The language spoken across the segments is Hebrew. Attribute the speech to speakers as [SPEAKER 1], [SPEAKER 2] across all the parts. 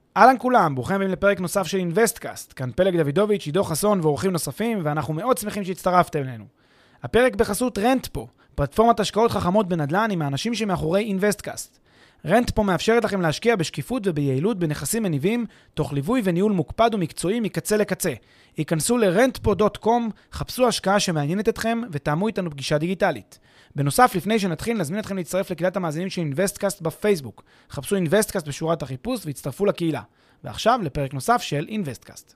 [SPEAKER 1] אהלן כולם, ברוכים הבאים לפרק נוסף של אינבסטקאסט. כאן פלג דוידוביץ', עידו חסון ואורחים נוספים, ואנחנו מאוד שמחים שהצטרפתם אלינו. הפרק בחסות רנטפו, פלטפורמת השקעות חכמות בנדל"ן עם האנשים שמאחורי אינבסטקאסט. רנטפו מאפשרת לכם להשקיע בשקיפות וביעילות בנכסים מניבים, תוך ליווי וניהול מוקפד ומקצועי מקצה לקצה. היכנסו ל-rentpo.com, חפשו השקעה שמעניינת אתכם ותאמו איתנו פגישה דיגיטלית. בנוסף, לפני שנתחיל, נזמין אתכם להצטרף לקהילת המאזינים של אינבסטקאסט בפייסבוק. חפשו אינבסטקאסט בשורת החיפוש והצטרפו לקהילה. ועכשיו לפרק נוסף של אינבסטקאסט.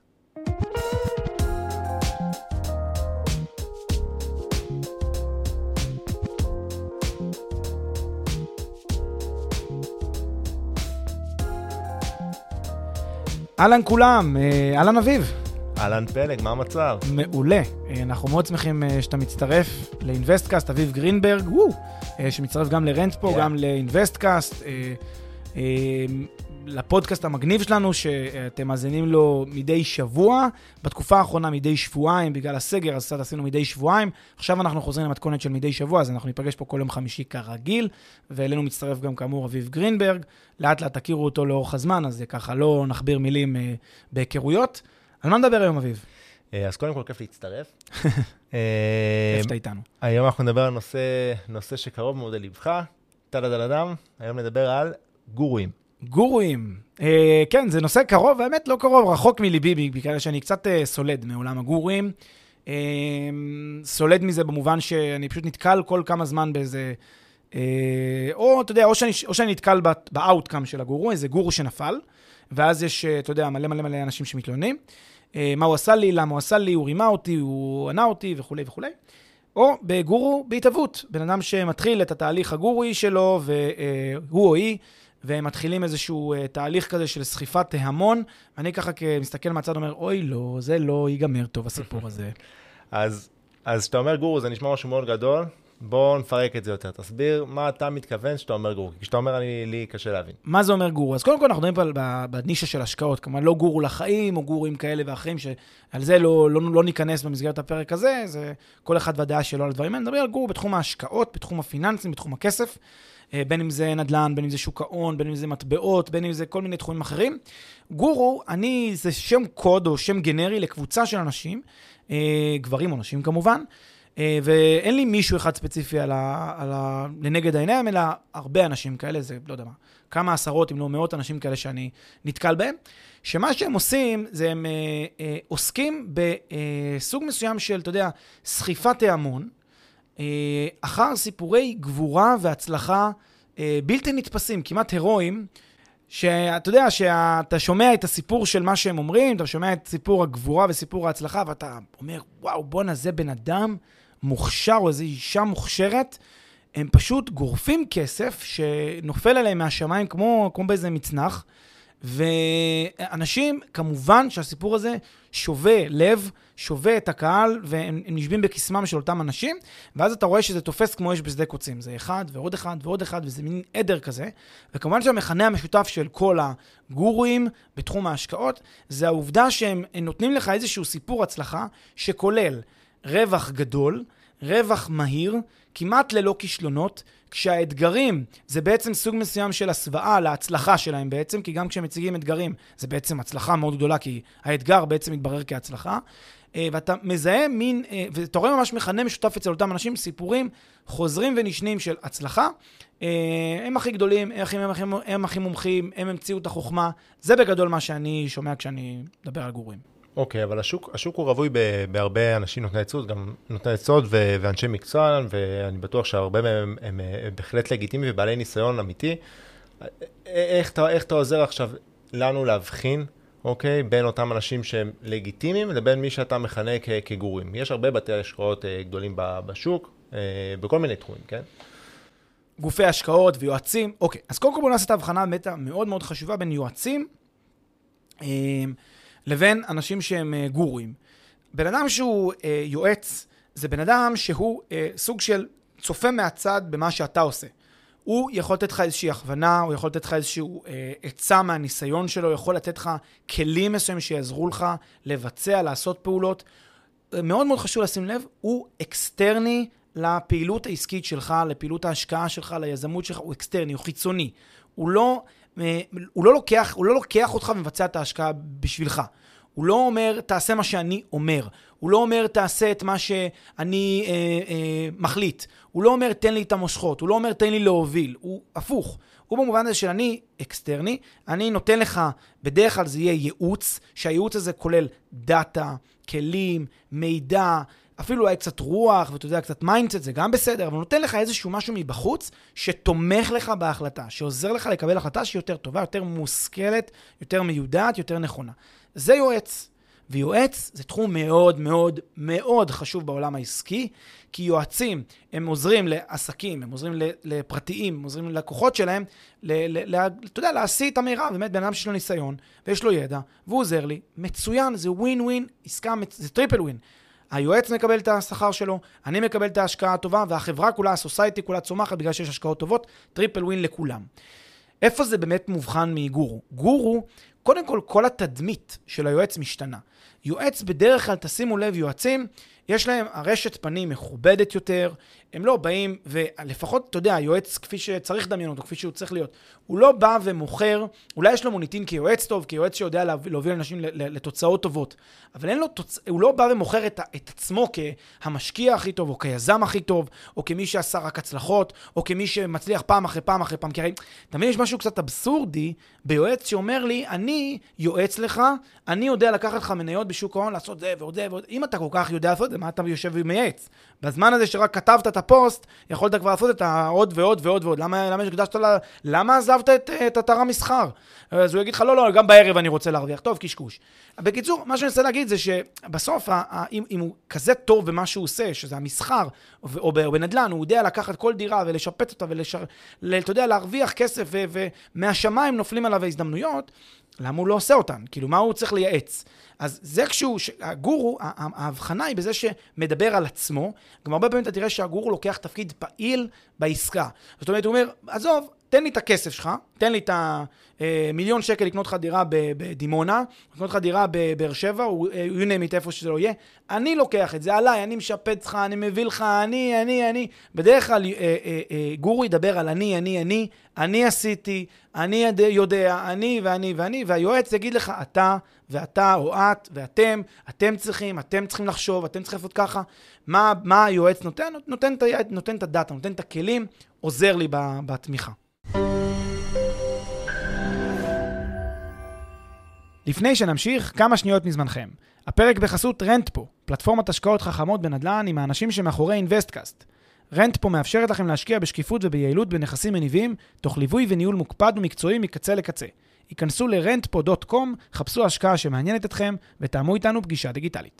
[SPEAKER 1] אהלן כולם, אהלן אביב.
[SPEAKER 2] אהלן פלג, מה המצב?
[SPEAKER 1] מעולה. אנחנו מאוד שמחים שאתה מצטרף לאינבסטקאסט, אביב גרינברג, שמצטרף גם לרנטפו, גם לאינבסטקאסט, לפודקאסט המגניב שלנו, שאתם מאזינים לו מדי שבוע, בתקופה האחרונה מדי שבועיים, בגלל הסגר, אז עשינו מדי שבועיים, עכשיו אנחנו חוזרים למתכונת של מדי שבוע, אז אנחנו ניפגש פה כל יום חמישי כרגיל, ואלינו מצטרף גם כאמור אביב גרינברג, לאט לאט תכירו אותו לאורך הזמן, אז ככה לא נכביר מילים בהיכרויות. על מה נדבר היום, אביב?
[SPEAKER 2] אז קודם כל כיף להצטרף.
[SPEAKER 1] כיף שאתה איתנו.
[SPEAKER 2] היום אנחנו נדבר על נושא שקרוב מאוד ללבך, טלדלדם, היום נדבר על גורואים.
[SPEAKER 1] גורואים. כן, זה נושא קרוב, האמת לא קרוב, רחוק מליבי, בגלל שאני קצת סולד מעולם הגורואים. סולד מזה במובן שאני פשוט נתקל כל כמה זמן באיזה, או אתה יודע, או שאני נתקל באוטקאם של הגורו, איזה גורו שנפל, ואז יש, אתה יודע, מלא אנשים שמתלוננים. מה הוא עשה לי, למה הוא עשה לי, הוא רימה אותי, הוא ענה אותי וכו' וכו'. או בגורו בהתהוות, בן אדם שמתחיל את התהליך הגורוי שלו, והוא או היא, והם מתחילים איזשהו תהליך כזה של סחיפת ההמון, ואני ככה מסתכל מהצד אומר, אוי לא, זה לא ייגמר טוב הסיפור הזה.
[SPEAKER 2] אז שאתה אומר גורו, זה נשמע משהו מאוד גדול, בואו נפרק את זה יותר. תסביר מה אתה מתכוון שאתה אומר גורו, כי שאתה אומר לי קשה להבין.
[SPEAKER 1] מה זה אומר גורו? אז קודם כל אנחנו מדברים פה בנישה של השקעות, כלומר לא גורו לחיים או גורים כאלה ואחרים, שעל זה לא ניכנס במסגרת הפרק הזה, זה כל אחד והדעה שלו על הדברים. אני מדבר על גורו בתחום ההשקעות, בתחום הפיננסים, בתחום הכסף, בין אם זה נדל"ן, בין אם זה שוק ההון, בין אם זה מטבעות, בין אם זה כל מיני תחומים אחרים. גורו, זה שם קוד או שם גנרי לקבוצה של אנשים, גברים או נשים כמובן, ואין לי מישהו אחד ספציפי לנגד העיניים, אלא הרבה אנשים כאלה, זה לא יודע מה, כמה עשרות אם לא מאות אנשים כאלה שאני נתקל בהם, שמה שהם עושים זה הם עוסקים בסוג מסוים של, אתה יודע, סחיפת ההמון, אחר סיפורי גבורה והצלחה בלתי נתפסים, כמעט הירואיים, שאתה יודע, שאתה שומע את הסיפור של מה שהם אומרים, אתה שומע את סיפור הגבורה וסיפור ההצלחה, ואתה אומר, וואו, בונה, זה בן אדם מוכשר, או איזו אישה מוכשרת, הם פשוט גורפים כסף שנופל עליהם מהשמיים כמו באיזה מצנח, ואנשים, כמובן שהסיפור הזה שווה לב, שווה את הקהל, והם נשבים בכסמם של אותם אנשים, ואז אתה רואה שזה תופס כמו אש בשדה קוצים. זה אחד ועוד אחד ועוד אחד, וזה מין עדר כזה. וכמובן שהמכנה המשותף של כל הגורואים בתחום ההשקעות, זה העובדה שהם נותנים לך איזשהו סיפור הצלחה, שכולל רווח גדול, רווח מהיר, כמעט ללא כישלונות, כשהאתגרים זה בעצם סוג מסוים של הסוואה להצלחה שלהם בעצם, כי גם כשהם מציגים אתגרים זה בעצם הצלחה מאוד גדולה, כי האתגר בעצם מתברר כהצלחה, ואתה מזהה מין, ואתה רואה ממש מכנה משותף אצל אותם אנשים, סיפורים חוזרים ונשנים של הצלחה, הם הכי גדולים, הם הכי מומחים, הם המציאו את החוכמה, זה בגדול מה שאני שומע כשאני מדבר על גורואים.
[SPEAKER 2] אוקיי, אבל השוק הוא רווי בהרבה אנשים נותני עצות, גם נותני עצות ואנשי מקצוע, ואני בטוח שהרבה מהם הם בהחלט לגיטימיים ובעלי ניסיון אמיתי. איך אתה עוזר עכשיו לנו להבחין, אוקיי, בין אותם אנשים שהם לגיטימיים לבין מי שאתה מכנה כגורים? יש הרבה בתי השקעות גדולים בשוק, בכל מיני תחומים, כן?
[SPEAKER 1] גופי השקעות ויועצים. אוקיי, אז קודם כל בוא נעשה את ההבחנה מאוד מאוד חשובה בין יועצים, לבין אנשים שהם גורואים. בן אדם שהוא יועץ, זה בן אדם שהוא סוג של צופה מהצד במה שאתה עושה. הוא יכול לתת לך איזושהי הכוונה, הוא יכול לתת לך איזשהו עצה מהניסיון שלו, הוא יכול לתת לך כלים מסוים שיעזרו לך לבצע, לעשות פעולות. מאוד מאוד חשוב לשים לב, הוא אקסטרני לפעילות העסקית שלך, לפעילות ההשקעה שלך, ליזמות שלך, הוא אקסטרני, הוא חיצוני. הוא לא הוא לא לוקח אותך ומבצע את ההשקעה בשבילך. הוא לא אומר, תעשה מה שאני אומר. הוא לא אומר, תעשה את מה שאני מחליט. הוא לא אומר, תן לי את המושכות. הוא לא אומר, תן לי להוביל. הוא הפוך. הוא במובן הזה של אני אקסטרני, אני נותן לך, בדרך כלל זה יהיה ייעוץ, שהייעוץ הזה כולל דאטה, כלים, מידע, אפילו אולי קצת רוח, ואתה יודע, קצת מיינדסט, זה גם בסדר, אבל נותן לך איזשהו משהו מבחוץ, שתומך לך בהחלטה, שעוזר לך לקבל החלטה שהיא יותר טובה, יותר מושכלת, יותר מיודעת, יותר נכונה. זה יועץ. ויועץ זה תחום מאוד מאוד מאוד חשוב בעולם העסקי, כי יועצים הם עוזרים לעסקים, הם עוזרים לפרטיים, הם עוזרים ללקוחות שלהם, אתה יודע, להשיא את המהירה, באמת בן אדם שיש לו ניסיון, ויש לו ידע, והוא עוזר לי, מצוין, זה ווין ווין, עסקה, זה טריפל ווין. היועץ מקבל את השכר שלו, אני מקבל את ההשקעה הטובה, והחברה כולה, הסוסייטי כולה צומחת, בגלל שיש השקעות טובות, טריפל ווין לכולם. איפה זה באמת מובחן מגורו? גורו, קודם כל, כל התדמית של היועץ משתנה. יועץ בדרך כלל, תשימו לב, יועצים, יש להם הרשת פנים מכובדת יותר, הם לא באים, ולפחות, אתה יודע, היועץ כפי שצריך לדמיין אותו, כפי שהוא צריך להיות, הוא לא בא ומוכר, אולי יש לו מוניטין כיועץ טוב, כיועץ שיודע להוביל אנשים לתוצאות טובות, אבל הוא לא בא ומוכר את עצמו כהמשקיע הכי טוב, או כיזם הכי טוב, או כמי שעשה רק הצלחות, או כמי שמצליח פעם אחרי פעם אחרי פעם, כי הרי, תמיד יש משהו קצת אבסורדי ביועץ שאומר לי, אני יועץ לך, אני יודע לקחת לך מניות בשוק ההון, לעשות זה ועוד זה ועוד. אם אתה כל כך יודע לעשות זה, מה אתה יושב ומייעץ? בזמן הזה שרק כתבת את הפוסט, יכולת כבר לעשות את העוד ועוד ועוד ועוד. למה שקדשת למה עזבת את אתר המסחר? אז הוא יגיד לך, לא, גם בערב אני רוצה להרוויח. טוב, קשקוש. בקיצור, מה שאני רוצה להגיד זה שבסוף, אם הוא כזה טוב במה שהוא עושה, שזה המסחר, או בנדל"ן, הוא יודע לקחת כל דירה ולשפץ אותה, אתה יודע, להרוויח כסף, ומהשמיים נופלים עליו ההזדמנויות, למה הוא לא עושה אותן? כאילו, מה הוא צריך לייעץ? אז זה הגורו, ההבחנה היא בזה שמדבר על עצמו, גם הרבה פעמים אתה תראה שהגורו לוקח תפקיד פעיל בעסקה. זאת אומרת, הוא אומר, עזוב, תן לי את הכסף שלך, תן לי את מיליון שקל לקנות לך דירה בדימונה, לקנות לך דירה בבאר שבע, או יונמית איפה שזה לא יהיה, אני לוקח את זה עליי, אני משפץ לך, אני מביא לך, אני. בדרך כלל גורו ידבר על אני עשיתי, אני יודע, אני, והיועץ יגיד לך, אתה או את אתם צריכים לחשוב, אתם צריכים לעשות ככה. מה היועץ נותן את הדאטה, נותן את הכלים, עוזר לי בתמיכה. לפני שנמשיך, כמה שניות מזמנכם. הפרק בחסות רנטפו, פלטפורמת השקעות חכמות בנדל"ן עם האנשים שמאחורי אינבסטקאסט. רנטפו מאפשרת לכם להשקיע בשקיפות וביעילות בנכסים מניבים, תוך ליווי וניהול מוקפד ומקצועי מקצה לקצה. היכנסו ל-rentpo.com, חפשו השקעה שמעניינת אתכם ותאמו איתנו פגישה דיגיטלית.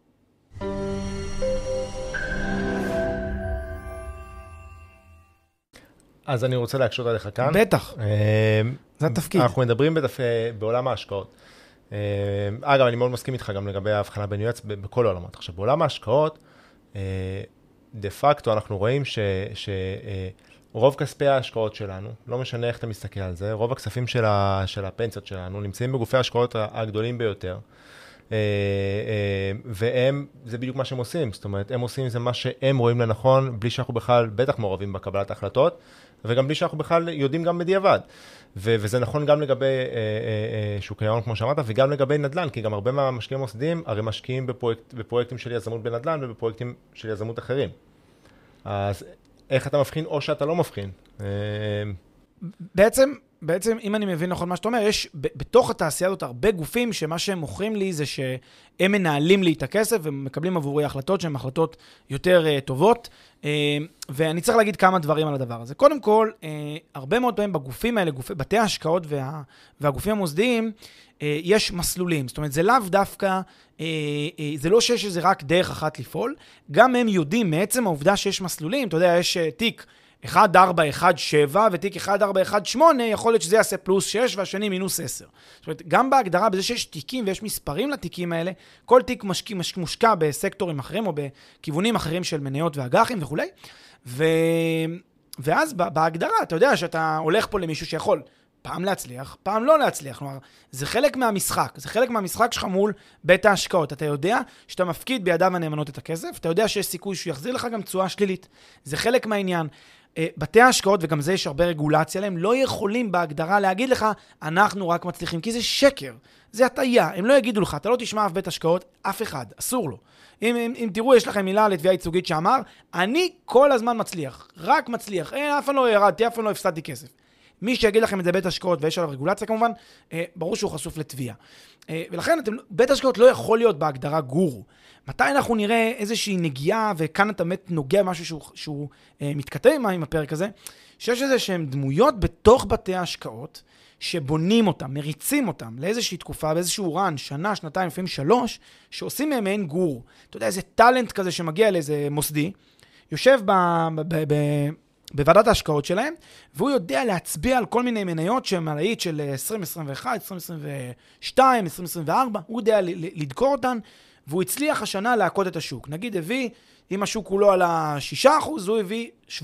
[SPEAKER 2] אז אני רוצה להקשות עליך כאן.
[SPEAKER 1] בטח, זה התפקיד.
[SPEAKER 2] אנחנו מדברים בעולם ההשקעות. אגב, אני מאוד מסכים איתך גם לגבי ההבחנה בין יועץ בכל העולמות. עכשיו, בעולם ההשקעות, דה פקטו אנחנו רואים רוב כספי ההשקעות שלנו, לא משנה איך אתה מסתכל על זה, רוב הכספים של הפנסיות שלנו נמצאים בגופי ההשקעות הגדולים ביותר, והם, זה בדיוק מה שהם עושים, זאת אומרת, הם עושים זה מה שהם רואים לנכון, בלי שאנחנו בכלל בטח מעורבים בקבלת ההחלטות, וגם בלי שאנחנו בכלל יודעים גם בדיעבד. וזה נכון גם לגבי שוק ההון, כמו שאמרת, וגם לגבי נדל"ן, כי גם הרבה מהמשקיעים המוסדיים הרי משקיעים בפרויקטים של יזמות בנדל"ן ובפרויקטים של יזמות אחרים. אז איך אתה מבחין או שאתה לא מבחין?
[SPEAKER 1] בעצם, אם אני מבין נכון מה שאתה אומר, יש בתוך התעשייה הזאת הרבה גופים שמה שהם מוכרים לי זה שהם מנהלים לי את הכסף ומקבלים עבורי החלטות שהן החלטות יותר טובות, ואני צריך להגיד כמה דברים על הדבר הזה. קודם כל, הרבה מאוד פעמים בגופים האלה, בתי ההשקעות והגופים המוסדיים, יש מסלולים. זאת אומרת, זה לאו דווקא, זה לא שיש איזה רק דרך אחת לפעול, גם הם יודעים מעצם העובדה שיש מסלולים, אתה יודע, יש תיק 1417 ותיק 1418, יכול להיות שזה יעשה פלוס 6 והשני מינוס 10. זאת אומרת, גם בהגדרה, בזה שיש תיקים ויש מספרים לתיקים האלה, כל תיק מושקע בסקטורים אחרים או בכיוונים אחרים של מניות ואג"חים וכו'. ואז בהגדרה, אתה יודע שאתה הולך פה למישהו שיכול פעם להצליח, פעם לא להצליח. כלומר, זה חלק מהמשחק. זה חלק מהמשחק שלך מול בית ההשקעות. אתה יודע שאתה מפקיד בידיו הנאמנות את הכסף, אתה יודע שיש סיכוי שהוא יחזיר לך גם תשואה שלילית. זה חלק מהעניין. בתי ההשקעות, וגם זה יש הרבה רגולציה עליהם, לא יכולים בהגדרה להגיד לך, אנחנו רק מצליחים, כי זה שקר, זה הטעיה, הם לא יגידו לך, אתה לא תשמע אף בית השקעות, אף אחד, אסור לו. אם תראו, יש לכם מילה לתביעה ייצוגית שאמר, אני כל הזמן מצליח, רק מצליח, אף פעם לא ירדתי, אף פעם לא הפסדתי כסף. מי שיגיד לכם את זה בית השקעות, ויש עליו רגולציה כמובן, ברור שהוא חשוף לתביעה. ולכן בית השקעות לא יכול להיות בהגדרה גורו. מתי אנחנו נראה איזושהי נגיעה, וכאן אתה באמת נוגע משהו שהוא מתכתב עם הפרק הזה, שיש איזה שהן דמויות בתוך בתי ההשקעות, שבונים אותם, מריצים אותם לאיזושהי תקופה, באיזשהו רן, שנה, שנתיים, לפעמים 3, שעושים מהם מעין גורו. אתה יודע, איזה טלנט כזה שמגיע לאיזה מוסדי, יושב בוועדת ההשקעות שלהם, והוא יודע להצביע על כל מיני מניות שהן על של 2021, 2022, 2024, הוא יודע לדקור אותן, והוא הצליח השנה להכות את השוק. נגיד הביא, אם השוק הוא לא על 6%, הוא הביא 17%,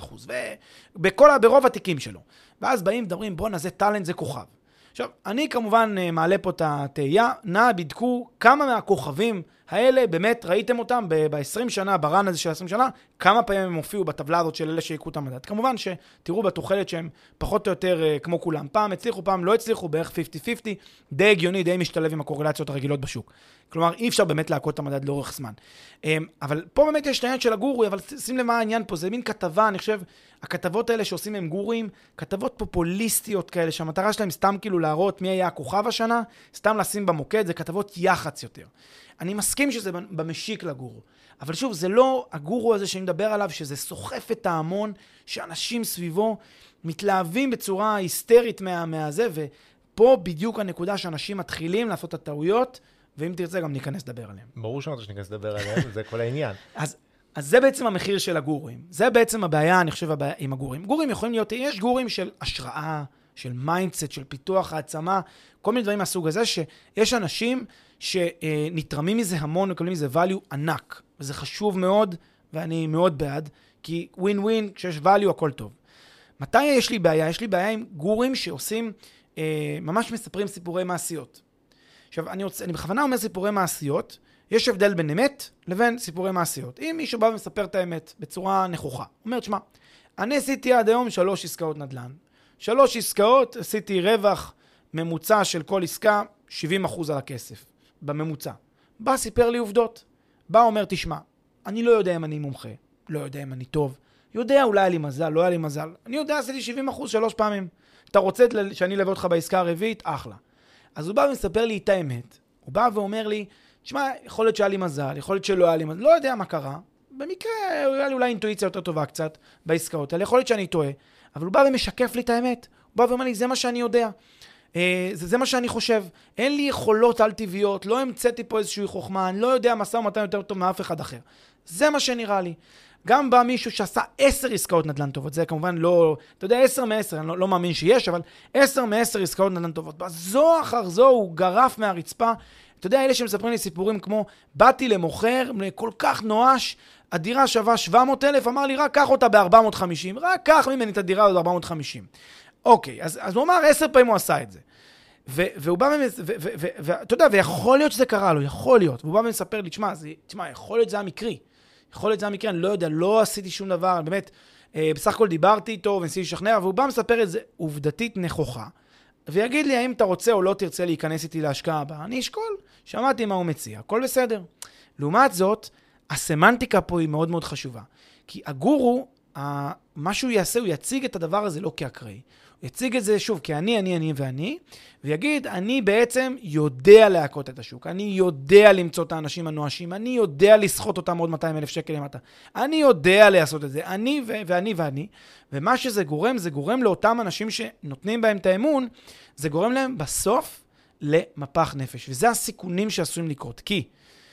[SPEAKER 1] ברוב התיקים שלו. ואז באים מדברים, בוא נעשה טלנט, זה כוכב. עכשיו, אני כמובן מעלה פה את התהייה, בדקו כמה מהכוכבים האלה, באמת ראיתם אותם ב-20 שנה, ברן הזה של 20 שנה, כמה פעמים הם הופיעו בטבלה הזאת של אלה שיקרו את המדד. כמובן שתראו בתוחלת שהם פחות או יותר כמו כולם. פעם הצליחו, פעם לא הצליחו, בערך 50-50, די הגיוני, די משתלב עם הקורלציות הרגילות בשוק. כלומר, אי אפשר באמת להכות את המדד לאורך זמן. אבל פה באמת יש את העניין של הגורו, אבל שים לב מה העניין פה, זה מין כתבה, אני חושב, הכתבות האלה שעושים הם גורים, כתבות פופוליסטיות כאלה, שהמטרה שלהם סתם כאילו להראות מי היה הכוכב השנה, סתם לשים במוקד, זה כתבות יח"צ יותר. אני מסכים שזה במשיק לגורו, אבל שוב, זה לא הגורו הזה שאני מדבר עליו, שזה סוחף את ההמון, שאנשים סביבו מתלהבים בצורה היסטרית מהזה, ופה בדיוק הנקודה שאנשים מתחילים לעשות את הטעויות, ואם תרצה גם ניכנס לדבר עליהם.
[SPEAKER 2] ברור שאני רוצה שניכנס לדבר עליהם, זה כל העניין.
[SPEAKER 1] אז זה בעצם המחיר של הגורים. זה בעצם הבעיה, אני חושב, הבעיה עם הגורים. גורים יכולים להיות, יש גורים של השראה, של מיינדסט, של פיתוח, העצמה, כל מיני דברים מהסוג הזה, שיש אנשים שנתרמים מזה המון, מקבלים מזה value ענק. וזה חשוב מאוד, ואני מאוד בעד, כי ווין ווין, כשיש value, הכל טוב. מתי יש לי בעיה? יש לי בעיה עם גורים שעושים, ממש מספרים סיפורי מעשיות. עכשיו, אני בכוונה אומר סיפורי מעשיות, יש הבדל בין אמת לבין סיפורי מעשיות. אם מישהו בא ומספר את האמת בצורה נכוחה, אומר, תשמע, אני עשיתי עד היום 3 עסקאות נדל"ן. 3 עסקאות, עשיתי רווח ממוצע של כל עסקה, 70% על הכסף, בממוצע. בא, סיפר לי עובדות. בא, אומר, תשמע, אני לא יודע אם אני מומחה, לא יודע אם אני טוב, יודע אולי היה לי מזל, לא היה לי מזל. אני יודע, עשיתי 70% 3 פעמים. אתה רוצה שאני אלווה אותך בעסקה הרביעית? אחלה. אז הוא בא ומספר לי את האמת. הוא בא ואומר לי, תשמע, יכול להיות שהיה לי מזל, יכול להיות שלא היה לי מזל, לא יודע מה קרה. במקרה, היה לי אולי אינטואיציה יותר טובה קצת בעסקאות האלה, יכול להיות שאני טועה. אבל הוא בא ומשקף לי את האמת. הוא בא ואומר לי, זה מה שאני יודע. זה מה שאני חושב. אין לי יכולות על טבעיות, לא המצאתי פה איזושהי חוכמה, אני לא יודע משא ומתן יותר טוב מאף אחד אחר. זה מה שנראה לי. גם בא מישהו שעשה 10 עסקאות נדל"ן טובות, זה כמובן לא, אתה יודע, 10 מ-10, אני לא מאמין שיש, אבל 10 מ-10 עסקאות נדל"ן טובות. זו אחר זו הוא גרף מהרצפה. אתה יודע, אלה שמספרים לי סיפורים כמו, באתי למוכר, כל כך נואש, הדירה שווה 700,000, אמר לי, רק קח אותה ב-450, רק קח ממני את הדירה ב-450. אוקיי, אז הוא אמר, 10 פעמים הוא עשה את זה. והוא בא ואתה יודע, ויכול להיות שזה קרה לו, יכול להיות. והוא בא ומספר לי, תשמע, יכול להיות זה המקרי. יכול להיות זה המקרה, אני לא יודע, לא עשיתי שום דבר, באמת, בסך הכל דיברתי איתו וניסיתי לשכנע, והוא בא מספר את זה עובדתית נכוחה, ויגיד לי, האם אתה רוצה או לא תרצה להיכנס איתי להשקעה הבאה, אני אשקול, שמעתי מה הוא מציע, הכל בסדר. לעומת זאת, הסמנטיקה פה היא מאוד מאוד חשובה, כי הגורו, מה שהוא יעשה, הוא יציג את הדבר הזה לא כאקראי, הוא יציג את זה שוב כאני ואני, ויגיד, אני בעצם יודע להכות את השוק, אני יודע למצוא את האנשים הנואשים, אני יודע לסחוט אותם עוד 200,000 שקל למטה, אני יודע לעשות את זה, אני ואני, ומה שזה גורם, זה גורם לאותם אנשים שנותנים בהם את האמון, זה גורם להם בסוף למפח נפש, וזה הסיכונים שעשויים לקרות, כי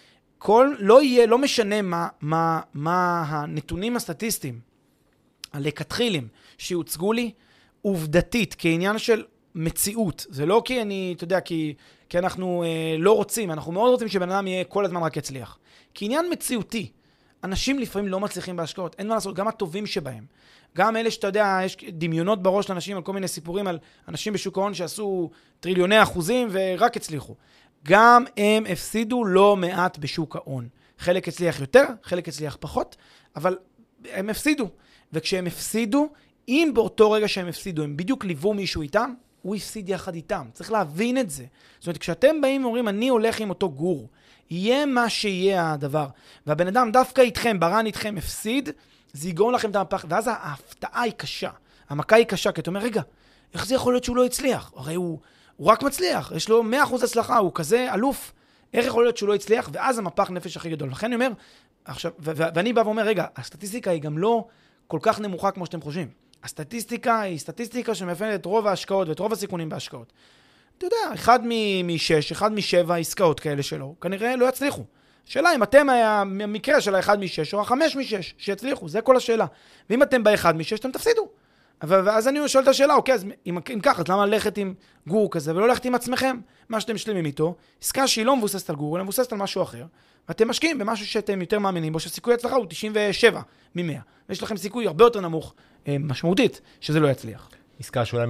[SPEAKER 1] לא משנה מה הנתונים הסטטיסטיים, הלכתחילים שיוצגו לי, עובדתית, כעניין של מציאות. זה לא כי אתה יודע, כי אנחנו לא רוצים, אנחנו מאוד רוצים שבן אדם יהיה כל הזמן רק יצליח. כעניין מציאותי, אנשים לפעמים לא מצליחים בהשקעות, אין מה לעשות, גם הטובים שבהם. גם אלה שאתה יודע, יש דמיונות בראש לאנשים על כל מיני סיפורים על אנשים בשוק ההון שעשו טריליוני אחוזים ורק הצליחו. גם הם הפסידו לא מעט בשוק ההון. חלק הצליח יותר, חלק הצליח פחות, אבל הם הפסידו. וכשהם הפסידו, אם באותו רגע שהם הפסידו, הם בדיוק ליוו מישהו איתם, הוא הפסיד יחד איתם. צריך להבין את זה. זאת אומרת, כשאתם באים ואומרים, אני הולך עם אותו גור, יהיה מה שיהיה הדבר, והבן אדם דווקא איתכם, ברן איתכם, הפסיד, זה יגרום לכם את המפח, ואז ההפתעה היא קשה. המכה היא קשה, כי אתה אומר, רגע, איך זה יכול להיות שהוא לא הצליח? הרי הוא רק מצליח, יש לו 100% הצלחה, הוא כזה אלוף. איך יכול להיות שהוא לא הצליח? ואז המפח נפש הכי גדול. לכן אני אומר, עכשיו, ואני בא ואומר, רגע, הסטטיסטיקה היא גם לא כל כך נמוכה כמו שאתם חושבים. הסטטיסטיקה היא סטטיסטיקה שמאפיינת את רוב ההשקעות ואת רוב הסיכונים בהשקעות. אתה יודע, 1 מ-6, 1 מ-7 עסקאות כאלה שלו, כנראה לא יצליחו. השאלה אם אתם המקרה של ה-1 מ-6 או ה-5 מ-6 שיצליחו, זה כל השאלה. ואם אתם ב-1 מ-6, אתם תפסידו. ואז אני שואל את השאלה, אוקיי, אז אם ככה, אז למה ללכת עם גור כזה ולא ללכת עם עצמכם? מה שאתם משלימים איתו, עסקה שהיא לא מבוססת על גור, אלא מבוססת על משהו אחר, ואתם משקיעים במשהו שאתם יותר מאמינים בו, שסיכוי הצלחה הוא 97 מ-100. ויש לכם סיכוי הרבה יותר נמוך, משמעותית, שזה לא יצליח.
[SPEAKER 2] עסקה שאולי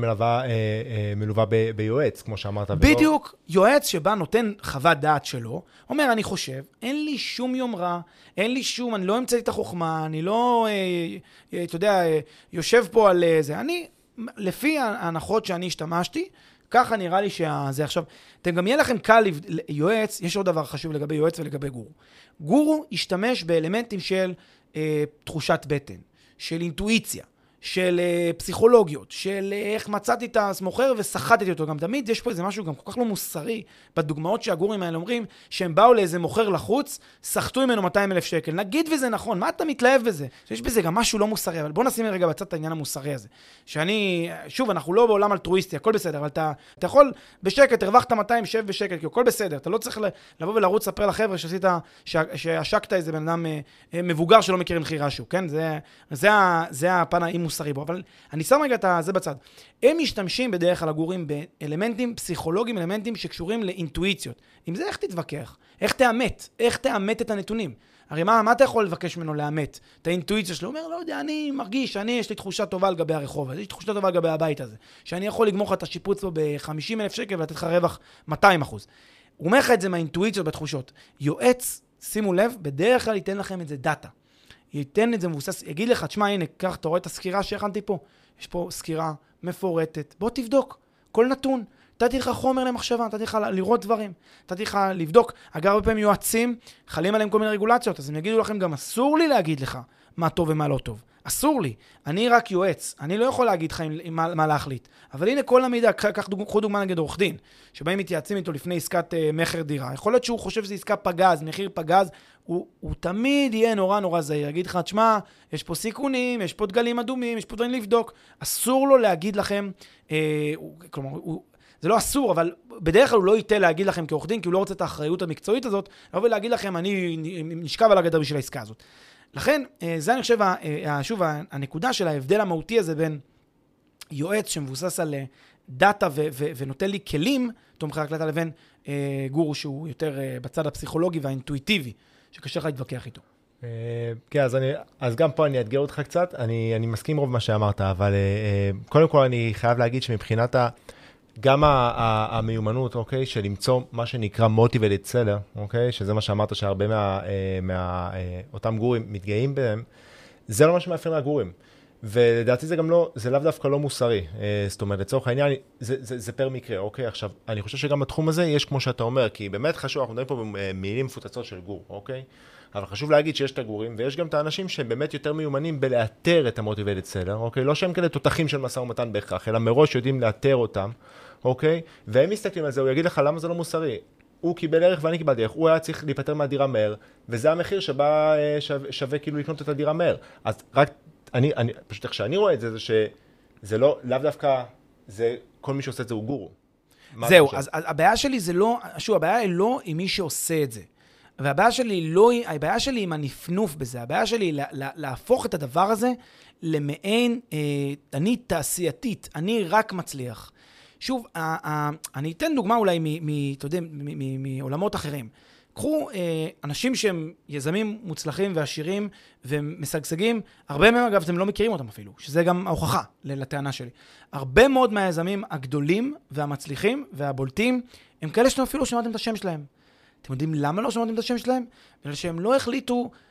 [SPEAKER 2] מלווה ביועץ, כמו שאמרת.
[SPEAKER 1] בדיוק, יועץ שבא נותן חוות דעת שלו, אומר, אני חושב, אין לי שום יום רע, אין לי שום, אני לא אמצא את החוכמה, אני לא, אתה יודע, יושב פה על זה. אני, לפי ההנחות שאני השתמשתי, ככה נראה לי שזה עכשיו, אתם גם יהיה לכם קל, יועץ, יש עוד דבר חשוב לגבי יועץ ולגבי גורו. גורו ישתמש באלמנטים של תחושת בטן, של אינטואיציה, של פסיכולוגיות, של איך מצאתי את המוכר וסחטתי אותו. גם תמיד יש פה איזה משהו גם כל כך לא מוסרי, בדוגמאות שהגורים האלה אומרים, שהם באו לאיזה מוכר לחוץ, סחטו ממנו 200,000 שקל. נגיד וזה נכון, מה אתה מתלהב בזה? שיש בזה גם משהו לא מוסרי, אבל בוא נשים רגע בצד את העניין המוסרי הזה. שאני, שוב, אנחנו לא בעולם אלטרואיסטי, הכל בסדר, אבל אתה יכול בשקט, הרווחת 200 שב בשקט, כי הכל בסדר. אתה לא צריך לבוא ולרוץ לספר לחבר'ה שהשקת איזה בן אדם מבוגר שלא מכיר מחירה שהוא, כן? זה הפן מוסרי בו, אבל אני שם רגע את זה בצד. הם משתמשים בדרך כלל הגורים באלמנטים פסיכולוגיים, אלמנטים שקשורים לאינטואיציות. עם זה איך תתווכח? איך תאמת את הנתונים? הרי מה אתה יכול לבקש ממנו לאמת? את האינטואיציה שלו, הוא אומר, לא יודע, אני מרגיש, יש לי תחושה טובה לגבי הרחוב, יש לי תחושה טובה לגבי הבית הזה, שאני יכול לגמור לך את השיפוץ פה ב-50,000 שקל ולתת לך רווח 200%. הוא אומר לך את זה מהאינטואיציות בתחושות. יועץ, שימו לב, בדרך כלל ייתן לכם את זה דאטה. ייתן את זה מבוסס, יגיד לך, תשמע, הנה, כך, אתה רואה את הסקירה שהכנתי פה? יש פה סקירה מפורטת. בוא תבדוק, כל נתון. נתתי לך חומר למחשבה, נתתי לך לראות דברים, נתתי לך לבדוק. אגב, הרבה פעמים יועצים, חלים עליהם כל מיני רגולציות, אז הם יגידו לכם, גם אסור לי להגיד לך מה טוב ומה לא טוב. אסור לי. אני רק יועץ. אני לא יכול להגיד לך מה להחליט. אבל הנה כל המידע, קחו דוגמה נגד עורך דין, שבאים מתייעצים איתו לפני עסקת מחר דירה. יכול להיות שהוא חושב שזה עסקה פגז, מחיר פגז, הוא תמיד יהיה נורא נורא זהיר. יגיד לך, תשמע, יש פה סיכונים, יש פה דגלים אדומים, יש פה דברים לבדוק. אסור לו להגיד לכם, כלומר, זה לא אסור, אבל בדרך כלל הוא לא ייתן להגיד לכם כעורך דין, כי הוא לא רוצה את האחריות המקצועית הזאת, אבל להגיד לכם, אני נשכב על הגדר בשביל העסקה הזאת. לכן, זה אני חושב, שוב, הנקודה של ההבדל המהותי הזה בין יועץ שמבוסס על דאטה ונותן לי כלים, תומכי הקלטה, לבין גורו שהוא יותר בצד הפסיכולוגי והאינטואיטיבי, שקשה לך להתווכח איתו.
[SPEAKER 2] כן, אז גם פה אני אתגר אותך קצת, אני מסכים רוב מה שאמרת, אבל קודם כל אני חייב להגיד שמבחינת גם המיומנות, אוקיי, של למצוא מה שנקרא motivated seller, אוקיי, שזה מה שאמרת שהרבה אותם גורים מתגאים בהם, זה לא מה שמאפיין מהגורים. ולדעתי זה גם לא, זה לאו דווקא לא מוסרי. זאת אומרת, לצורך העניין, זה פר מקרה, אוקיי? עכשיו, אני חושב שגם בתחום הזה יש כמו שאתה אומר, כי באמת חשוב, אנחנו מדברים פה במילים מפוצצות של גור, אוקיי? אבל חשוב להגיד שיש את הגורים, ויש גם את האנשים שהם באמת יותר מיומנים בלאתר את המוטיבייטד סלר, אוקיי? לא שהם כאלה תותחים של משא ומתן בהכרח, אלא מראש יודעים לאתר אותם, אוקיי? והם מסתכלים על זה, הוא יגיד לך למה זה לא מוסרי. הוא קיבל ערך ואני קיבלתי ערך, הוא היה צריך להיפטר מהדירה מהר, וזה המחיר שבה שווה כאילו לקנות את הדירה מהר. אז רק פשוט איך שאני רואה את זה, זה שזה לא, לאו דווקא, זה, כל מי שעושה את זה הוא גורו.
[SPEAKER 1] זהו, אז הבעיה שלי זה לא, שוב, הבעיה היא לא עם מי שעושה את זה. והבעיה שלי לא, הבעיה שלי עם הנפנוף בזה, הבעיה שלי להפוך את הדבר הזה למעין, אני תעשייתית, אני רק מצליח. שוב, אני אתן דוגמה אולי מעולמות אחרים. קחו אנשים שהם יזמים מוצלחים ועשירים ומשגשגים, הרבה מהם אגב אתם לא מכירים אותם אפילו, שזה גם ההוכחה לטענה שלי. הרבה מאוד מהיזמים הגדולים והמצליחים והבולטים, הם כאלה שאתם אפילו שמעתם את השם שלהם. אתם יודעים למה לא שמעתם את השם שלהם? בגלל שהם לא החליטו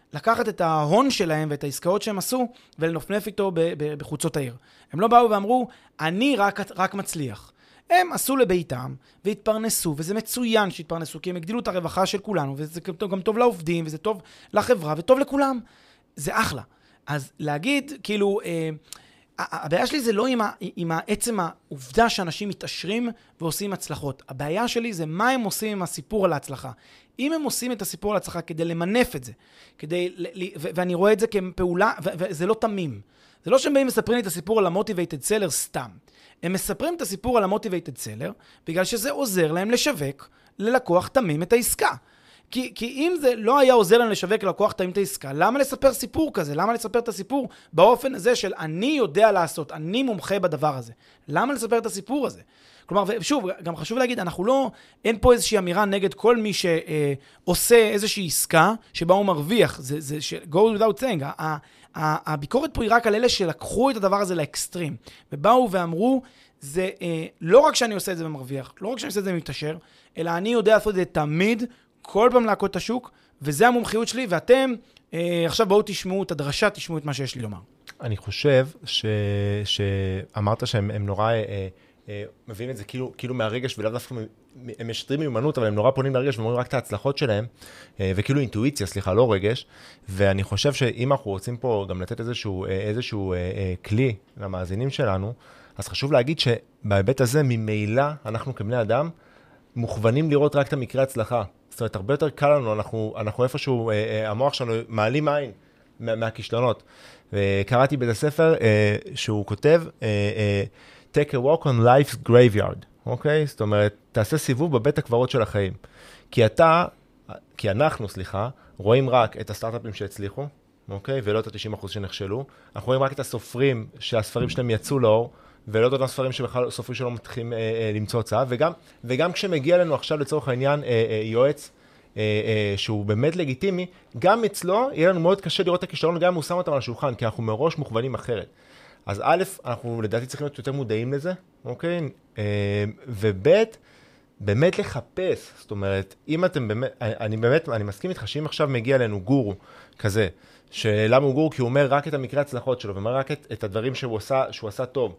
[SPEAKER 1] לקחת את ההון שלהם ואת העסקאות שהם עשו, ולנופנף איתו בחוצות העיר. הם לא באו ואמרו, אני רק מצליח. הם עשו לביתם, והתפרנסו, וזה מצוין שהתפרנסו, כי הם הגדילו את הרווחה של כולנו, וזה גם טוב לעובדים, וזה טוב לחברה, וטוב לכולם. זה אחלה. אז להגיד, כאילו, הבעיה שלי זה לא עם עצם העובדה שאנשים מתעשרים ועושים הצלחות. הבעיה שלי זה מה הם עושים עם הסיפור על ההצלחה. אם הם עושים את הסיפור על ההצלחה כדי למנף את זה, ואני רואה את זה כפעולה, וזה לא תמים. זה לא שהם באים מספרים לי את הסיפור על המוטיבייטד סלר סתם. הם מספרים את הסיפור על המוטיבייטד סלר, בגלל שזה עוזר להם לשווק ללקוח תמים את העסקה. כי אם זה לא היה עוזר להם לשווק ללקוח תמים את העסקה, למה לספר סיפור כזה? למה לספר את הסיפור באופן הזה של אני יודע לעשות, אני מומחה בדבר הזה? למה לספר את הסיפור הזה? כלומר, ושוב, גם חשוב להגיד, אין פה איזושהי אמירה נגד כל מי שעושה איזושהי עסקה שבה הוא מרוויח. זה go without saying. הביקורת פה היא רק על אלה שלקחו את הדבר הזה לאקסטרים, ובאו ואמרו, זה לא רק שאני עושה את זה ומרוויח, לא רק שאני עושה את זה ומתעשר, אלא אני יודע לעשות את זה תמיד, כל פעם להכות את השוק, וזה המומחיות שלי, ואתם עכשיו בואו תשמעו את הדרשה, תשמעו את מה שיש לי לומר.
[SPEAKER 2] אני חושב שאמרת שהם נורא מביאים את זה כאילו מהרגש, ולאו דווקא הם משדרים מיומנות, אבל הם נורא פונים לרגש ואומרים רק את ההצלחות שלהם, וכאילו אינטואיציה, סליחה, לא רגש, ואני חושב שאם אנחנו רוצים פה גם לתת איזשהו כלי למאזינים שלנו, אז חשוב להגיד שבהיבט הזה ממילא אנחנו כבני אדם מוכוונים לראות רק את המקרה הצלחה. זאת אומרת, הרבה יותר קל לנו, אנחנו איפשהו, המוח שלנו מעלים עין מהכישלונות. וקראתי בזה ספר שהוא כותב, take a walk on life's graveyard, אוקיי? זאת אומרת, תעשה סיבוב בבית הקברות של החיים. כי אנחנו, רואים רק את הסטארט-אפים שהצליחו, אוקיי? ולא את ה-90% שנכשלו. אנחנו רואים רק את הסופרים שהספרים שלהם יצאו לאור, ולא את אותם ספרים שבכלל סופרים שלא מתחילים למצוא הוצאה, וגם כשמגיע לנו עכשיו לצורך העניין יועץ, שהוא באמת לגיטימי, גם אצלו יהיה לנו מאוד קשה לראות את הכישלון, גם אם הוא שם אותם על השולחן, כי אנחנו מראש מוכוונים אחרת. אז א', אנחנו לדעתי צריכים להיות יותר מודעים לזה, אוקיי? וב', באמת לחפש, זאת אומרת, אם אתם באמת, אני מסכים איתך שאם עכשיו מגיע לנו גורו כזה, שלמה הוא גורו? כי הוא אומר רק את המקרה הצלחות שלו, ואומר רק את הדברים שהוא עשה טוב,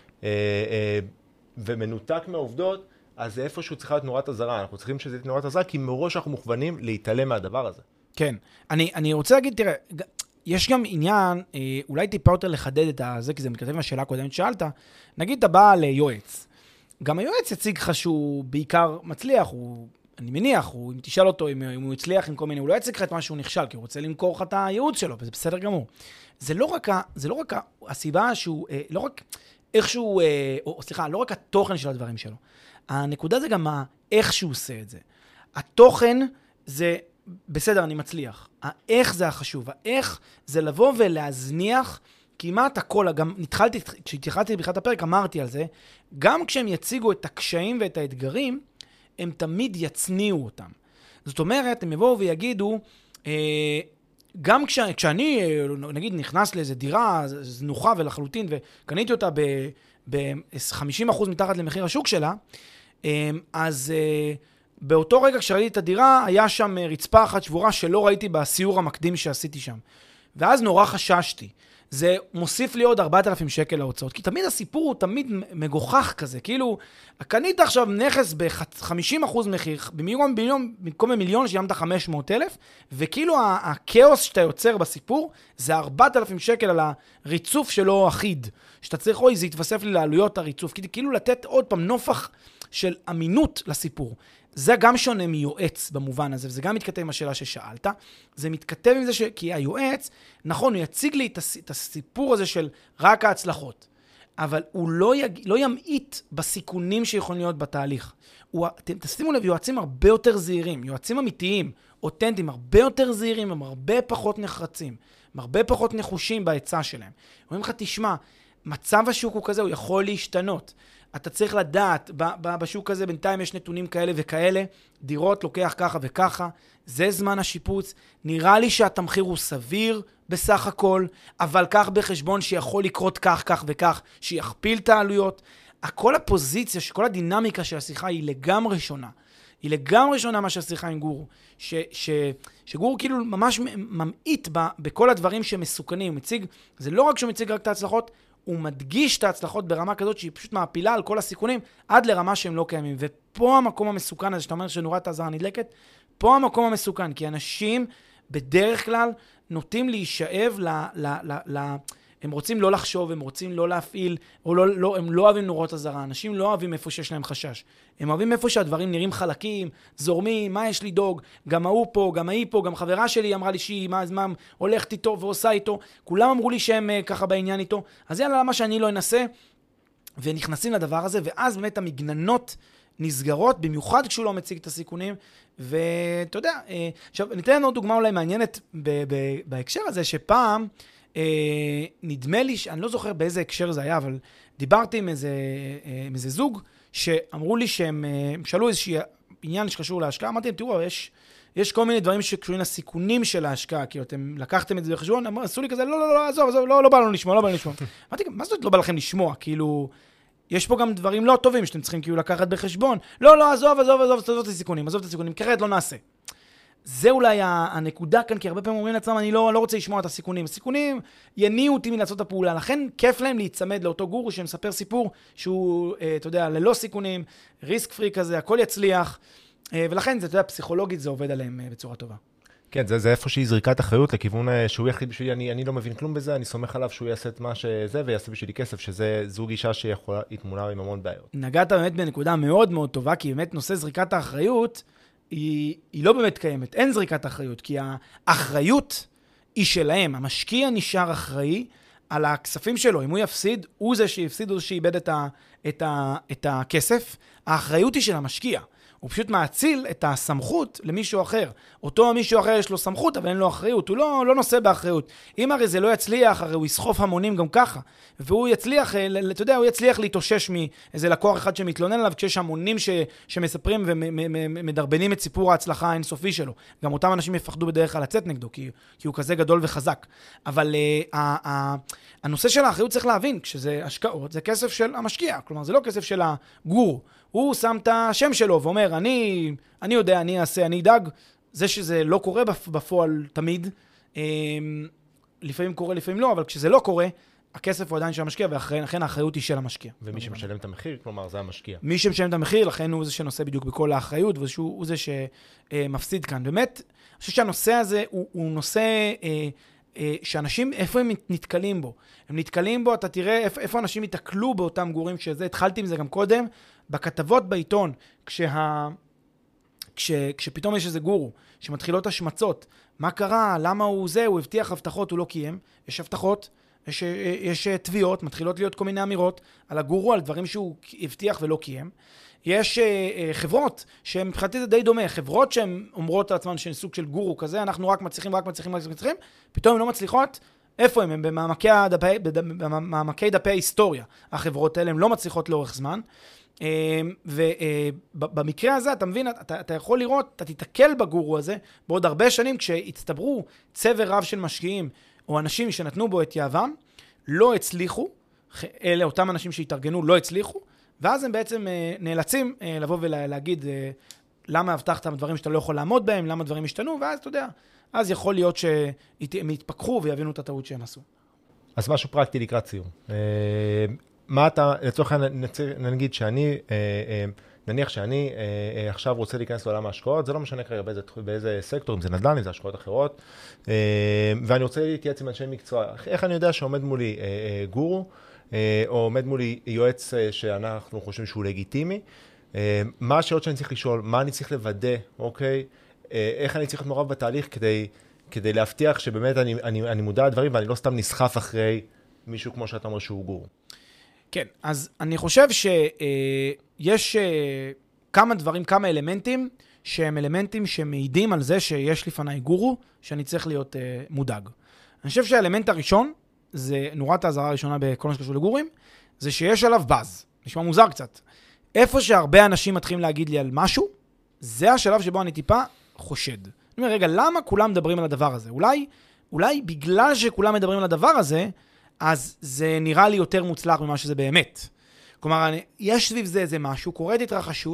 [SPEAKER 2] ומנותק מהעובדות, אז זה איפשהו צריכה להיות נורת הזרה. אנחנו צריכים שזה נורת הזרה, כי מראש אנחנו מוכוונים להתעלם מהדבר הזה.
[SPEAKER 1] כן. אני רוצה להגיד, תראה, יש גם עניין, אולי טיפה יותר לחדד את זה, כי זה מתכתב עם השאלה הקודמת שאלת, נגיד אתה בא ליועץ. גם היועץ יציג לך שהוא בעיקר מצליח, אני מניח, אם תשאל אותו אם הוא הצליח עם כל מיני, הוא לא יציג לך את מה שהוא נכשל, כי הוא רוצה למכור לך את הייעוץ שלו, וזה בסדר גמור. זה לא רק הסיבה שהוא, לא רק איכשהו, סליחה, לא רק התוכן של הדברים שלו. הנקודה זה גם איך שהוא עושה את זה. התוכן זה, בסדר, אני מצליח. האיך זה החשוב. האיך זה לבוא ולהזניח כמעט הכל. גם כשהתייחסתי בכלל הפרק, אמרתי על זה, גם כשהם יציגו את הקשיים ואת האתגרים, הם תמיד יצניעו אותם. זאת אומרת, הם יבואו ויגידו, גם כשאני, נגיד, נכנס לאיזו דירה זנוחה ולחלוטין, וקניתי אותה ב-50% מתחת למחיר השוק שלה, אז באותו רגע כשראיתי את הדירה, היה שם רצפה אחת שבורה שלא ראיתי בסיור המקדים שעשיתי שם. ואז נורא חששתי. זה מוסיף לי עוד 4,000 שקל להוצאות, כי תמיד הסיפור הוא תמיד מגוחך כזה, כאילו, קנית עכשיו נכס ב-50% מחיר, במקום במיליון שילמת 500,000, וכאילו הכאוס שאתה יוצר בסיפור, זה 4,000 שקל על הריצוף שלו אחיד, שאתה צריך, אוי, זה יתווסף לי לעלויות הריצוף, כאילו לתת עוד פעם נופח של אמינות לסיפור. זה גם שונה מיועץ במובן הזה, וזה גם מתכתב עם השאלה ששאלת. זה מתכתב עם זה כי היועץ, נכון, הוא יציג לי את הסיפור הזה של רק ההצלחות, אבל הוא לא ימעיט בסיכונים שיכולים להיות בתהליך. תשימו לב, יועצים הרבה יותר זהירים, יועצים אמיתיים, אותנטיים, הרבה יותר זהירים, הם הרבה פחות נחרצים, הם הרבה פחות נחושים בהיצע שלהם. אומרים לך, תשמע, מצב השוק הוא כזה, הוא יכול להשתנות. אתה צריך לדעת, בשוק הזה בינתיים יש נתונים כאלה וכאלה, דירות לוקח ככה וככה, זה זמן השיפוץ, נראה לי שהתמחיר הוא סביר בסך הכל, אבל כך בחשבון שיכול לקרות כך, כך וכך, שיכפיל את העלויות. כל הפוזיציה, כל הדינמיקה של השיחה היא לגמרי שונה. היא לגמרי שונה מה שהשיחה עם גורו. שגורו כאילו ממש ממעיט בכל הדברים שמסוכנים. הוא מציג, זה לא רק שהוא מציג רק את ההצלחות, הוא מדגיש את ההצלחות ברמה כזאת שהיא פשוט מעפילה על כל הסיכונים, עד לרמה שהם לא קיימים. ופה המקום המסוכן הזה, שאתה אומר שנורת האזהרה נדלקת, פה המקום המסוכן, כי אנשים בדרך כלל נוטים להישאב הם רוצים לא לחשוב, הם רוצים לא להפעיל, או הם לא אוהבים נורות אזהרה. אנשים לא אוהבים איפה שיש להם חשש. הם אוהבים איפה שהדברים נראים חלקים, זורמים, מה יש לי דוג, גם ההוא פה, גם ההיא פה, גם חברה שלי אמרה לי שהיא מה הולכת איתו ועושה איתו. כולם אמרו לי שהם ככה בעניין איתו. אז יאללה, למה שאני לא אנסה? ונכנסים לדבר הזה, ואז באמת המגננות נסגרות, במיוחד כשהוא לא מציג את הסיכונים. ואתה יודע, עכשיו, ניתן עוד דוגמה אולי מעניינת בהקשר הזה, שפעם, נדמה לי, אני לא זוכר באיזה הקשר זה היה, אבל דיברתי עם איזה זוג, שאמרו לי שהם שאלו איזושהי עניין שקשור להשקעה, אמרתי להם, תראו, יש כל מיני דברים שקשורים לסיכונים של ההשקעה, כאילו אתם לקחתם את זה בחשבון, עשו לי כזה, לא, עזוב, לא בא לנו לשמוע, אמרתי, מה זאת לא בא לכם לשמוע? כאילו, יש פה גם דברים לא טובים שאתם צריכים כאילו לקחת בחשבון, לא, עזוב את הסיכונים, כרת לא נעשה. זה אולי הנקודה כאן, כי הרבה פעמים אומרים לעצמם, אני לא רוצה לשמוע את הסיכונים. הסיכונים יניעו אותי מלעשות את הפעולה. לכן כיף להם להיצמד לאותו גורו שמספר סיפור שהוא, אתה יודע, ללא סיכונים, ריסק פרי כזה, הכל יצליח. ולכן, אתה יודע, פסיכולוגית זה עובד עליהם בצורה טובה.
[SPEAKER 2] כן, זה איפה שהיא זריקת אחריות לכיוון שהוא יחליט בשבילי, אני לא מבין כלום בזה, אני סומך עליו שהוא יעשה את מה שזה ויעשה בשבילי כסף, שזה זו גישה שיכולה להתמונה עם המון בעיות.
[SPEAKER 1] נגעת באמת בנקודה מאוד מאוד טובה, כי באמת נושא זריקת האחריות היא לא באמת קיימת, אין זריקת אחריות, כי האחריות היא שלהם, המשקיע נשאר אחראי על הכספים שלו, אם הוא יפסיד, הוא זה שיפסיד, הוא זה שאיבד את הכסף, האחריות היא של המשקיע, הוא פשוט מאציל את הסמכות למישהו אחר, אותו מישהו אחר יש לו סמכות, אבל אין לו אחריות, הוא לא נושא באחריות, אם הרי זה לא יצליח, הרי הוא יסחוף המונים גם ככה, והוא יצליח, אתה יודע, הוא יצליח להתאושש מאיזה לקוח אחד שמתלונן עליו, כשיש המונים שמספרים ומדרבנים את סיפור ההצלחה האינסופי שלו. גם אותם אנשים יפחדו בדרך כלל לצאת נגדו, כי הוא כזה גדול וחזק. אבל הנושא של האחריות צריך להבין, כשזה השקעות, זה כסף של המשקיע, כלומר, זה לא כסף של הגור. הוא שם את השם שלו ואומר, אני יודע, אני אעשה, אני אדאג. זה שזה לא קורה בפועל תמיד, לפעמים קורה, לפעמים לא, אבל כשזה לא קורה, הכסף הוא עדיין של המשקיע, ולכן האחריות היא של המשקיע.
[SPEAKER 2] ומי שמשלם את המחיר, כלומר, זה המשקיע.
[SPEAKER 1] מי שמשלם את המחיר, לכן הוא זה שנושא בדיוק בכל האחריות, והוא זה שמפסיד כאן. באמת, אני חושב שהנושא הזה הוא נושא שאנשים, איפה הם נתקלים בו? הם נתקלים בו, אתה תראה איפה אנשים יתקלו באותם גורים שזה, התחלתי עם זה גם קודם, בכתבות בעיתון, כשפתאום יש איזה גורו, שמתחילות השמצות, מה קרה, למה הוא זה, הוא הבטיח הבטחות, הוא לא קיים, יש הבטחות, יש תביעות, מתחילות להיות כל מיני אמירות על הגורו, על דברים שהוא הבטיח ולא קיים. יש חברות שמבחינתי זה די דומה, חברות שהן אומרות על עצמן שהן סוג של גורו כזה, אנחנו רק מצליחים, פתאום הן לא מצליחות, איפה הם? הם במעמקי דפי ההיסטוריה. החברות האלה הן לא מצליחות לאורך זמן, ובמקרה הזה אתה מבין, אתה יכול לראות, אתה תתקל בגורו הזה, בעוד הרבה שנים כשהצטברו צבר רב של משקיעים, או אנשים שנתנו בו את יהבם, לא הצליחו, אלה אותם אנשים שהתארגנו לא הצליחו, ואז הם בעצם נאלצים לבוא ולהגיד למה הבטחת דברים שאתה לא יכול לעמוד בהם, למה דברים השתנו, ואז אתה יודע, אז יכול להיות שהם יתפקחו ויבינו את הטעות שהם עשו.
[SPEAKER 2] אז משהו פרקטי לקראת סיום. מה אתה, לצורך נגיד שאני, נניח שאני עכשיו רוצה להיכנס לעולם ההשקעות, זה לא משנה כרגע באיזה סקטור, אם זה נדל"ן, אם זה השקעות אחרות, ואני רוצה להתייעץ עם אנשי מקצוע. איך אני יודע שעומד מולי גורו, או עומד מולי יועץ שאנחנו חושבים שהוא לגיטימי, מה השאלות שאני צריך לשאול, מה אני צריך לוודא, אוקיי? איך אני צריך להיות מעורב בתהליך כדי להבטיח שבאמת אני מודע לדברים, ואני לא סתם נסחף אחרי מישהו כמו שאתה אומר שהוא גורו.
[SPEAKER 1] כן, אז אני חושב שיש כמה דברים, כמה אלמנטים, שהם אלמנטים שמעידים על זה שיש לפני גורו, שאני צריך להיות מודאג. אני חושב שהאלמנט הראשון, זה נורת האזהרה הראשונה בכל מה שקשור לגורים, זה שיש עליו באז. נשמע מוזר קצת. איפה שהרבה אנשים מתחילים להגיד לי על משהו, זה השלב שבו אני טיפה חושד. אני אומר, רגע, למה כולם מדברים על הדבר הזה? אולי בגלל שכולם מדברים על הדבר הזה, אז זה נראה לי יותר מוצלח ממה שזה באמת. כלומר, יש סביב זה איזה משהו, קורית התרחשות,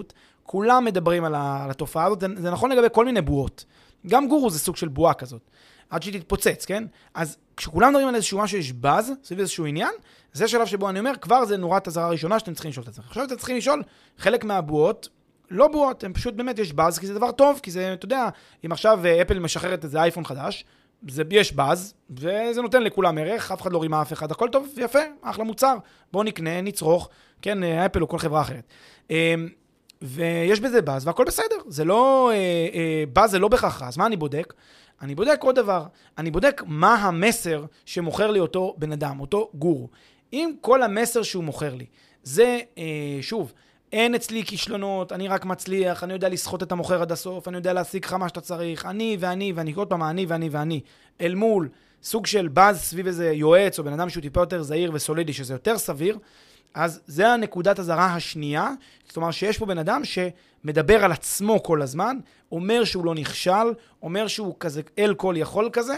[SPEAKER 1] כולם מדברים על התופעה הזאת, זה נכון לגבי כל מיני בועות. גם גורו זה סוג של בועה כזאת, עד שהיא תתפוצץ, כן? אז כשכולם מדברים על איזשהו משהו שיש באז, סביב איזשהו עניין, זה שלב שבו אני אומר, כבר זה נורת הזרה הראשונה שאתם צריכים לשאול את עצמכם. עכשיו אתם צריכים לשאול, חלק מהבועות, לא בועות, הם פשוט באמת יש באז, כי זה דבר טוב, כי זה, אתה יודע, אם עכשיו אפל משחררת איזה אייפון חדש, יש באז, וזה נותן לכולם ערך, אף אחד לא רימה אף אחד, הכל טוב, יפה, אחלה מוצר, בואו נקנה, נצרוך, כן, אפל או כל חברה אחרת. ויש בזה באז, והכל בסדר, זה לא, באז זה לא בכך, אז מה אני בודק? אני בודק עוד דבר, אני בודק מה המסר שמוכר לי אותו בן אדם, אותו גורו. אם כל המסר שהוא מוכר לי, זה, שוב, אין אצלי כישלונות, אני רק מצליח, אני יודע לסחוט את המוכר עד הסוף, אני יודע להשיג לך מה שאתה צריך, אני, עוד פעם, אני, אל מול סוג של באז סביב איזה יועץ, או בן אדם שהוא טיפה יותר זהיר וסולידי, שזה יותר סביר, אז זה הנקודת הזרה השנייה, זאת אומרת שיש פה בן אדם שמדבר על עצמו כל הזמן, אומר שהוא לא נכשל, אומר שהוא כזה אל כל יכול כזה,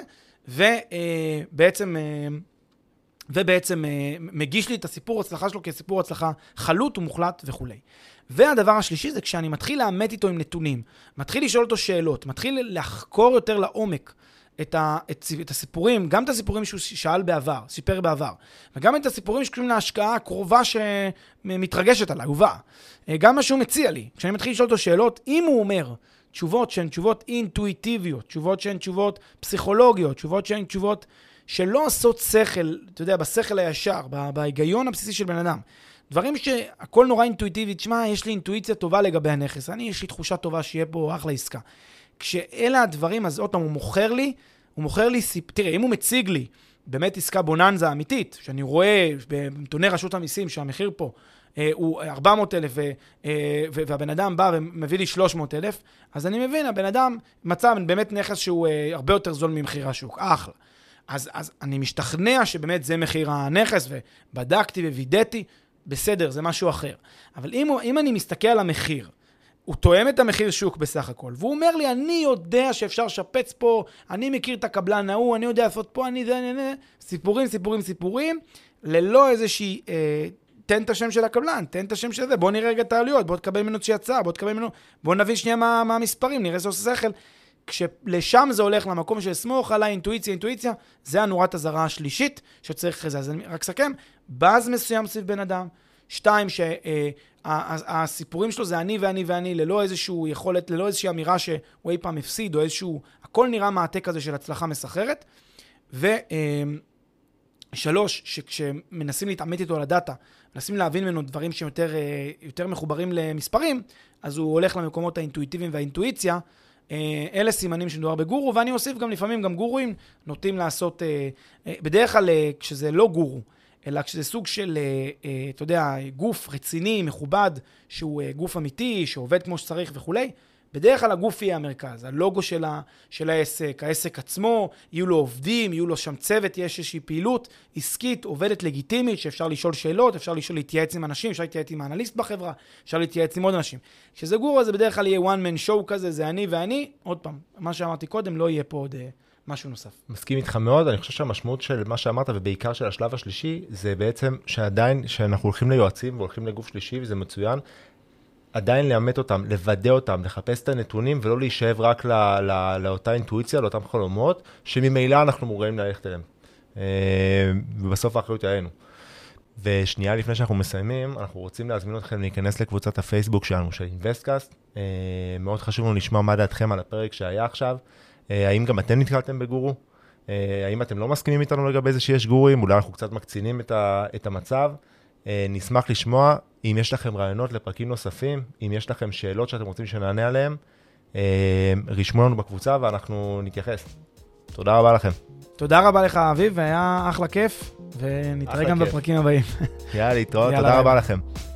[SPEAKER 1] ובעצם מגיש לי את הסיפור הצלחה שלו כסיפור הצלחה חלוט ומוחלט וכו'. והדבר השלישי זה כשאני מתחיל לאמת איתו עם נתונים, מתחיל לשאול אותו שאלות, מתחיל לחקור יותר לעומק את הסיפורים, גם את הסיפורים שהוא סיפר בעבר, וגם את הסיפורים שקשורים להשקעה הקרובה שמתרגשת עליי, הובאה. גם מה שהוא מציע לי, כשאני מתחיל לשאול אותו שאלות, אם הוא אומר תשובות שהן תשובות אינטואיטיביות, תשובות שהן תשובות פסיכולוגיות, תשובות שהן תשובות שלא עושות שכל, אתה יודע, בשכל הישר, בהיגיון הבסיסי של בן אדם. דברים שהכל נורא אינטואיטיבי, תשמע, יש לי אינטואיציה טובה לגבי הנכס, יש לי תחושה טובה שיהיה פה אחלה עסקה. כשאלה הדברים, אז אותם הוא מוכר לי, תראה, אם הוא מציג לי באמת עסקה בוננזה אמיתית, שאני רואה בנתוני רשות המיסים שהמחיר פה הוא 400,000 והבן אדם בא ומביא לי 300,000, אז אני מבין, הבן אדם מצא באמת נכס שהוא הרבה יותר זול ממחיר השוק, אחלה. אז אני משתכנע שבאמת זה מחיר הנכס, ובדקתי ווידאתי, בסדר, זה משהו אחר. אבל אם אני מסתכל על המחיר, הוא תואם את המחיר שוק בסך הכל, והוא אומר לי, אני יודע שאפשר לשפץ פה, אני מכיר את הקבלן ההוא, אני יודע לעשות פה, סיפורים, ללא איזושהי, תן את השם של הקבלן, תן את השם של זה, בוא נראה רגע את העלויות, בוא תקבל ממנו שיצא, בוא נבין שנייה מה המספרים, נראה זה עושה שכל. כשלשם זה הולך למקום של סמוך עליי, אינטואיציה, זה הנורת הזרה השלישית שצריך אחרי זה. אז אני רק אסכם, באז מסוים סביב בן אדם, 2, שהסיפורים שלו זה אני, ללא איזשהו יכולת, ללא איזושהי אמירה שהוא אי פעם הפסיד, או איזשהו, הכל נראה מעטה כזה של הצלחה מסחררת. 3, שכשמנסים להתעמת איתו על הדאטה, מנסים להבין ממנו דברים שיותר מחוברים למספרים, אז הוא הולך למקומות האינטואיטיביים והאינטואיציה, אלה סימנים שמדובר בגורו, ואני אוסיף גם לפעמים גם גורואים נוטים לעשות, בדרך כלל כשזה לא גורו, אלא כשזה סוג של, אתה יודע, גוף רציני, מכובד, שהוא גוף אמיתי, שעובד כמו שצריך וכו', בדרך כלל הגוף יהיה המרכז, הלוגו של העסק עצמו, יהיו לו עובדים, יהיו לו שם צוות, יש איזושהי פעילות עסקית, עובדת לגיטימית, שאפשר לשאול שאלות, אפשר להתייעץ עם אנשים, אפשר להתייעץ עם האנליסט בחברה, אפשר להתייעץ עם עוד אנשים. כשזה גורו, זה בדרך כלל יהיה one man show כזה, זה אני ואני, עוד פעם, מה שאמרתי קודם, לא יהיה פה עוד משהו נוסף.
[SPEAKER 2] מסכים איתך מאוד, אני חושב שהמשמעות של מה שאמרת, ובעיקר של השלב השלישי, זה בעצם שעדיין, שאנחנו הולכים ליועצים והולכים לגוף שלישי, וזה מצוין, עדיין לאמת אותם, לוודא אותם, לחפש את הנתונים, ולא להישאב רק לאותה אינטואיציה, לאותם חלומות, שממילא אנחנו מוראים ללכת אליהם. ובסוף האחריות עלינו. ושנייה לפני שאנחנו מסיימים, אנחנו רוצים להזמין אתכם להיכנס לקבוצת הפייסבוק שלנו, של אינבסטקאסט. מאוד חשוב לנו לשמוע מה דעתכם על הפרק שהיה עכשיו. האם גם אתם נתקלתם בגורו? האם אתם לא מסכימים איתנו לגבי זה שיש גורים? אולי אנחנו קצת מקצינים את המצב. נשמח לשמוע אם יש לכם רעיונות לפרקים נוספים, אם יש לכם שאלות שאתם רוצים שנענה עליהם, רשמו לנו בקבוצה ואנחנו נתייחס. תודה רבה לכם.
[SPEAKER 1] תודה רבה לך אביב, והיה אחלה כיף, ונתראה גם בפרקים הבאים.
[SPEAKER 2] יאללה, להתראות, תודה רבה לכם.